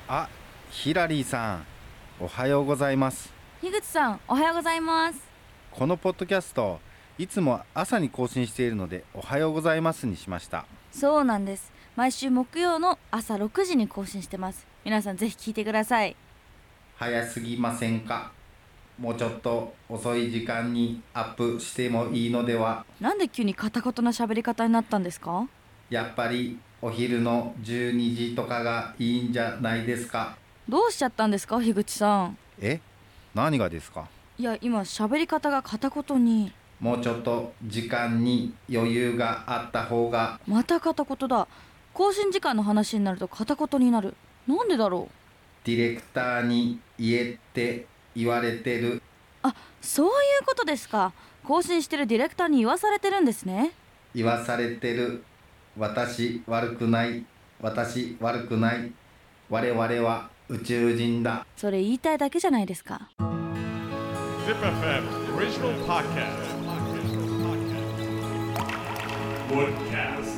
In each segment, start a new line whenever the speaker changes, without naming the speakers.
あ、ヒラリーさん、おはようございます。
樋口さん、おはようございます。
このポッドキャスト、いつも朝に更新しているので、おはようございますにしました。
そうなんです。毎週木曜の朝6時に更新してます。皆さんぜひ聞いてください。
早すぎませんか？もうちょっと遅い時間にアップしてもいいのでは？
なんで急に片言な喋り方になったんですか？
やっぱりお昼の12時とかがいいんじゃないですか？
どうしちゃったんですか、樋口さん。
え？何がですか？
いや、今喋り方が片言に。
もうちょっと時間に余裕があった方が。
また片言だ。更新時間の話になると片言になる。なんでだろう。
ディレクターに言えって言われてる。
あ、そういうことですか。更新してるディレクターに言わされてるんですね。
言わされてる。私悪くない。私悪くない。我々は宇宙人だ。
それ言いたいだけじゃないですか。
ZipFM Original Podcast Woodcast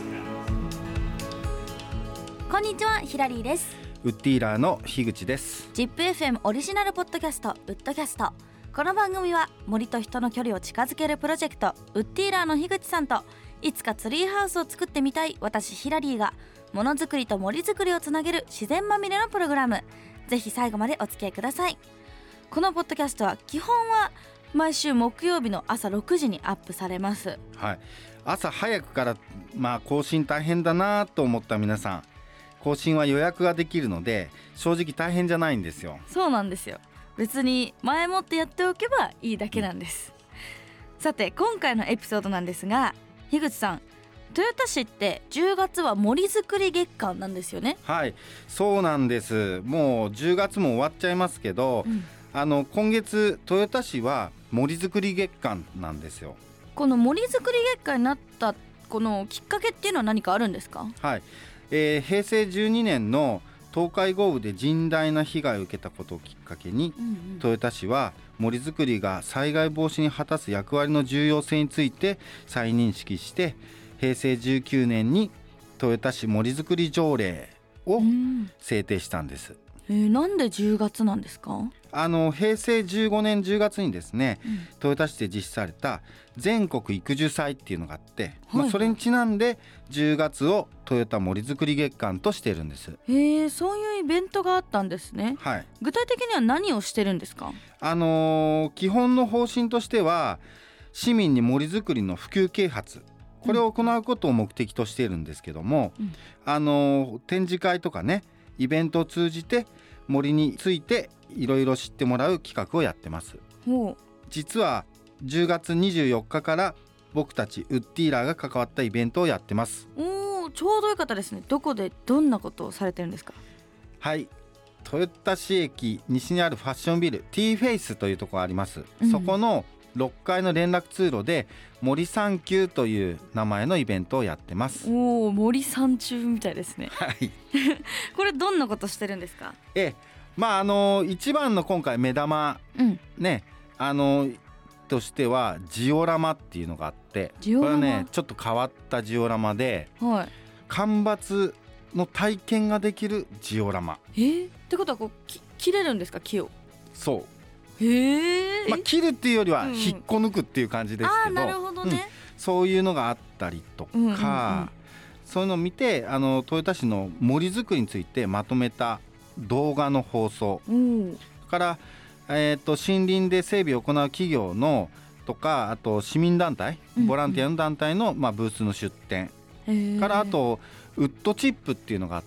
こんにちは、ヒラリーです。
ウッディーラーの樋口です。
ZipFM オリジナルポッドキャストウッドキャスト。この番組は森と人の距離を近づけるプロジェクトウッディーラーの樋口さんと、いつかツリーハウスを作ってみたい私ヒラリーがものづくりと森づくりをつなげる自然まみれのプログラム。ぜひ最後までお付き合いください。このポッドキャストは基本は毎週木曜日の朝6時にアップされます。
はい、朝早くから更新大変だなと思った皆さん、更新は予約ができるので正直大変じゃないんですよ。
そうなんですよ。別に前もってやっておけばいいだけなんです、さて今回のエピソードなんですが、樋口さん、豊田市って10月は森づくり月間なんですよね。
はい、そうなんです。もう10月も終わっちゃいますけど、今月豊田市は森づくり月間なんですよ。
この森づくり月間になったこのきっかけっていうのは何かあるんですか？
はい、平成12年の東海豪雨で甚大な被害を受けたことをきっかけに、豊田市は森づくりが災害防止に果たす役割の重要性について再認識して、平成19年に豊田市森づくり条例を制定したんです。
なんで10月なんですか？
平成15年10月にですね、豊田市で実施された全国育樹祭っていうのがあって、それにちなんで10月を豊田森づくり月間としているんです。
そういうイベントがあったんですね。
はい、
具体的には何をしてるんですか？
基本の方針としては市民に森づくりの普及啓発、これを行うことを目的としているんですけども、展示会とかね、イベントを通じて森についていろいろ知ってもらう企画をやってます。実は10月24日から僕たちウッディーラーが関わったイベントをやってます。
ちょうどよかったですね。どこでどんなことをされてるんですか？
はい、豊田市駅西にあるファッションビル T フェイスというところがあります、そこの6階の連絡通路で森3級という名前のイベントをやってます。
森三中みたいですね。
はい
これどんなことしてるんですか？
一番の今回目玉、ね、としてはジオラマっていうのがあって、これはねちょっと変わったジオラマで、間伐の体験ができるジオラマ。
ってことは切れるんですか、木を？
そう、
切
るっていうよりは引っこ抜くっていう感じですけど、
なるほどね、
そういうのがあったりとか、そういうのを見て豊田市の森づくりについてまとめた動画の放送、から、森林で整備を行う企業のとか、あと市民団体、ボランティアの団体の、ブースの出展から、あとウッドチップっていうのがあって、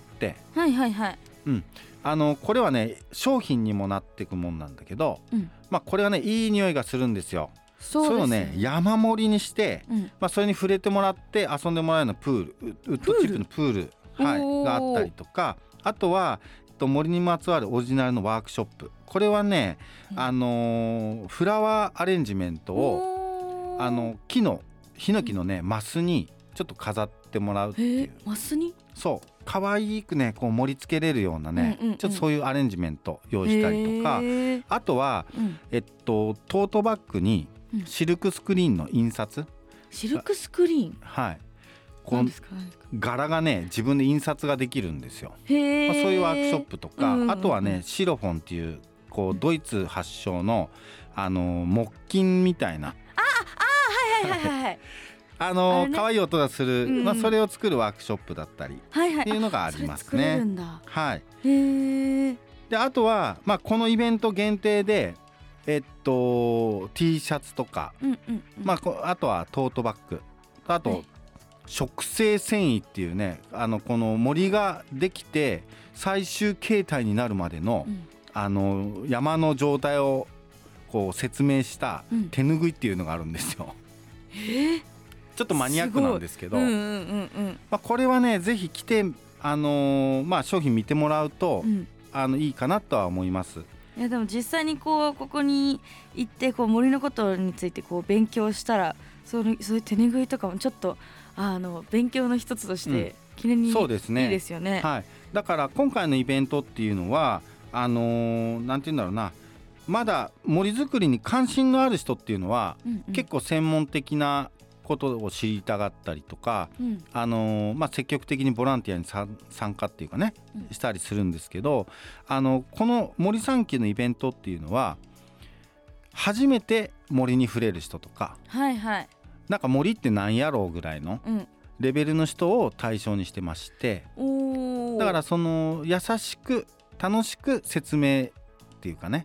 これはね商品にもなっていくもんなんだけど、これはねいい匂いがするんですよ。それをね山盛りにして、それに触れてもらって遊んでもらうようなプール、ウッドチップのプール、があったりとか、あとは森にまつわるオリジナルのワークショップ。これはね、フラワーアレンジメントをヒノキのねマスにちょっと飾ってもらうっていう。
マスに？
そう、可愛くねこう盛り付けれるようなね、ちょっとそういうアレンジメント用意したりとか、あとは、トートバッグにシルクスクリーンの印刷、
シルクスクリーン、
こう柄がね自分で印刷ができるんですよ。そういうワークショップとか、あとはねシロフォンっていうこうドイツ発祥の木琴みたいな可愛い音がする、それを作るワークショップだったりっていうのがありますね。はい。であとは、このイベント限定でT シャツとか、あとはトートバッグ、あと、植生繊維っていうねこの森ができて最終形態になるまでの、山の状態をこう説明した手ぬぐいっていうのがあるんですよ。ちょっとマニアックなんですけど、これはねぜひ来て、商品見てもらうと、いいかなとは思います。
いやでも実際にここに行って森のことについて勉強したらそういう手ぬぐいとかもちょっと勉強の一つとして記念にいいですよね。
はい、だから今回のイベントっていうのはなんて言うんだろうな、まだ森づくりに関心のある人っていうのは、結構専門的なことを知りたがったりとか、積極的にボランティアに参加っていうかね、したりするんですけど、この森3期のイベントっていうのは初めて森に触れる人とか、なんか森ってなんやろうぐらいのレベルの人を対象にしてまして、だからその優しく楽しく説明っていうかね、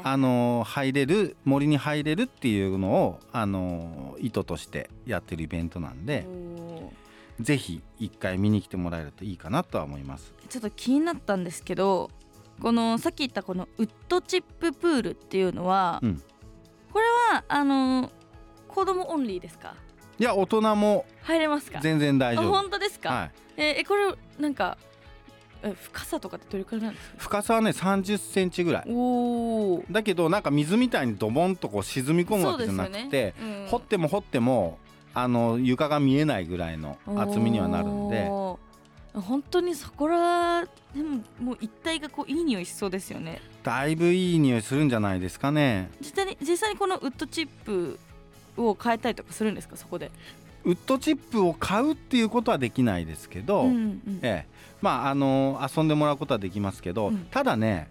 森に入れるっていうのを意図としてやってるイベントなんで、ぜひ一回見に来てもらえるといいかなとは思います。
ちょっと気になったんですけど、さっき言ったこのウッドチッププールっていうのは、これは子供オンリーですか？
いや大人も
入れますか？全
然大丈夫。
本当ですか？これなんか深さとかってどれくらいなんですか？
深さはね30センチぐらいだけど、なんか水みたいにドボンと沈み込むわけじゃなくて、掘っても床が見えないぐらいの厚みにはなるんで、
本当にそこらでももう一帯がいい匂いしそうですよね。
だいぶいい匂いするんじゃないですかね。
実際にこのウッドチップを変えたりとかするんですか？そこで
ウッドチップを買うっていうことはできないですけど、遊んでもらうことはできますけど、ただね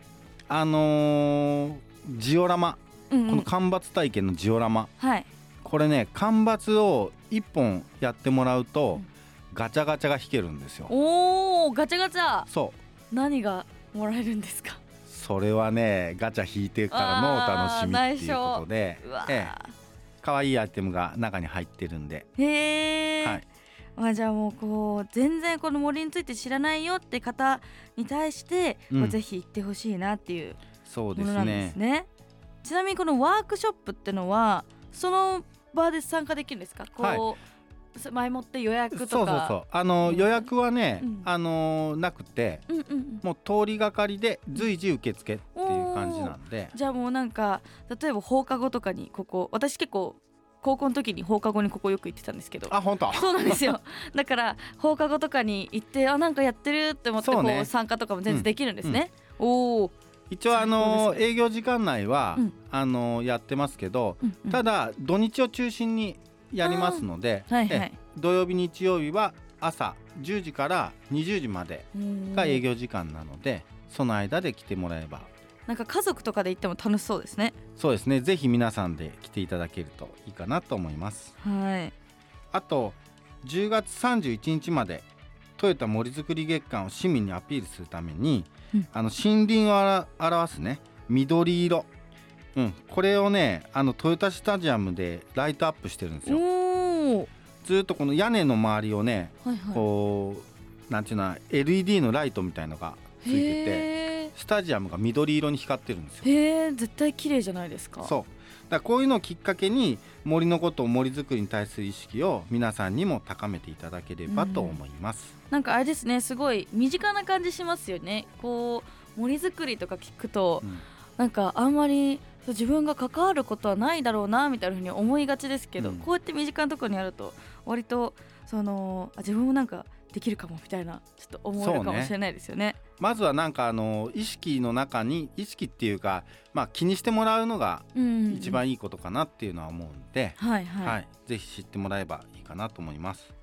ジオラマ、この間伐体験のジオラマ、これね間伐を1本やってもらうと、ガチャガチャが引けるんですよ。
ガチャガチャ。
そう、
何がもらえるんですか？
それはねガチャ引いてからのお楽しみっていうことで、可愛いアイテムが中に入ってるんで。
じゃあもう全然この森について知らないよって方に対して、ぜひ行ってほしいなっていうものなんですね。ちなみにこのワークショップってのはその場で参加できるんですか？前もって予約とか。
予約はね、なくて、もう通りがかりで随時受付っていう感じなんで。
じゃあもうなんか例えば放課後とかに私結構高校の時に放課後にここよく行ってたんですけど。
本当？
そうなんですよ。だから放課後とかに行ってなんかやってるって思って参加とかも全然できるんですね。
一応営業時間内は、やってますけど、ただ土日を中心にやりますので、土曜日日曜日は朝10時から20時までが営業時間なので、その間で来てもらえば。
なんか家族とかで行っても楽しそうですね。
そうですね、ぜひ皆さんで来ていただけるといいかなと思います。あと10月31日までトヨタ森づくり月間を市民にアピールするために、森林を表すね緑色、これをねトヨタスタジアムでライトアップしてるんですよ。ずっとこの屋根の周りをね、なんていうの LED のライトみたいのがついてて、スタジアムが緑色に光ってるんですよ。
絶対綺麗じゃないですか。
そうだからこういうのをきっかけに森のことを森づくりに対する意識を皆さんにも高めていただければと思います。
なんかあれですね、すごい身近な感じしますよね。森づくりとか聞くと、なんかあんまり自分が関わることはないだろうなみたいなふうに思いがちですけど、こうやって身近なところにあると割と自分もなんかできるかもみたいなちょっと思えるかもしれないですよね。
まずはなんか意識の中に意識っていうか、気にしてもらうのが一番いいことかなっていうのは思うんで、ぜひ知ってもらえばいいかなと思います。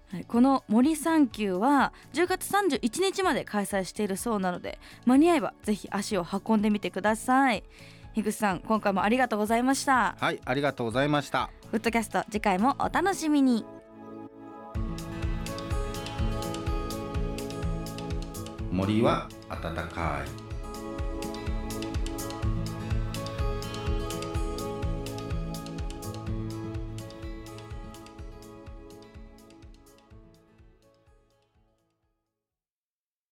この森3級は10月31日まで開催しているそうなので、間に合えばぜひ足を運んでみてください。樋口さん、今回もありがとうございました。
はい、ありがとうございました。
ウッドキャスト、次回もお楽しみに。
森は暖かい。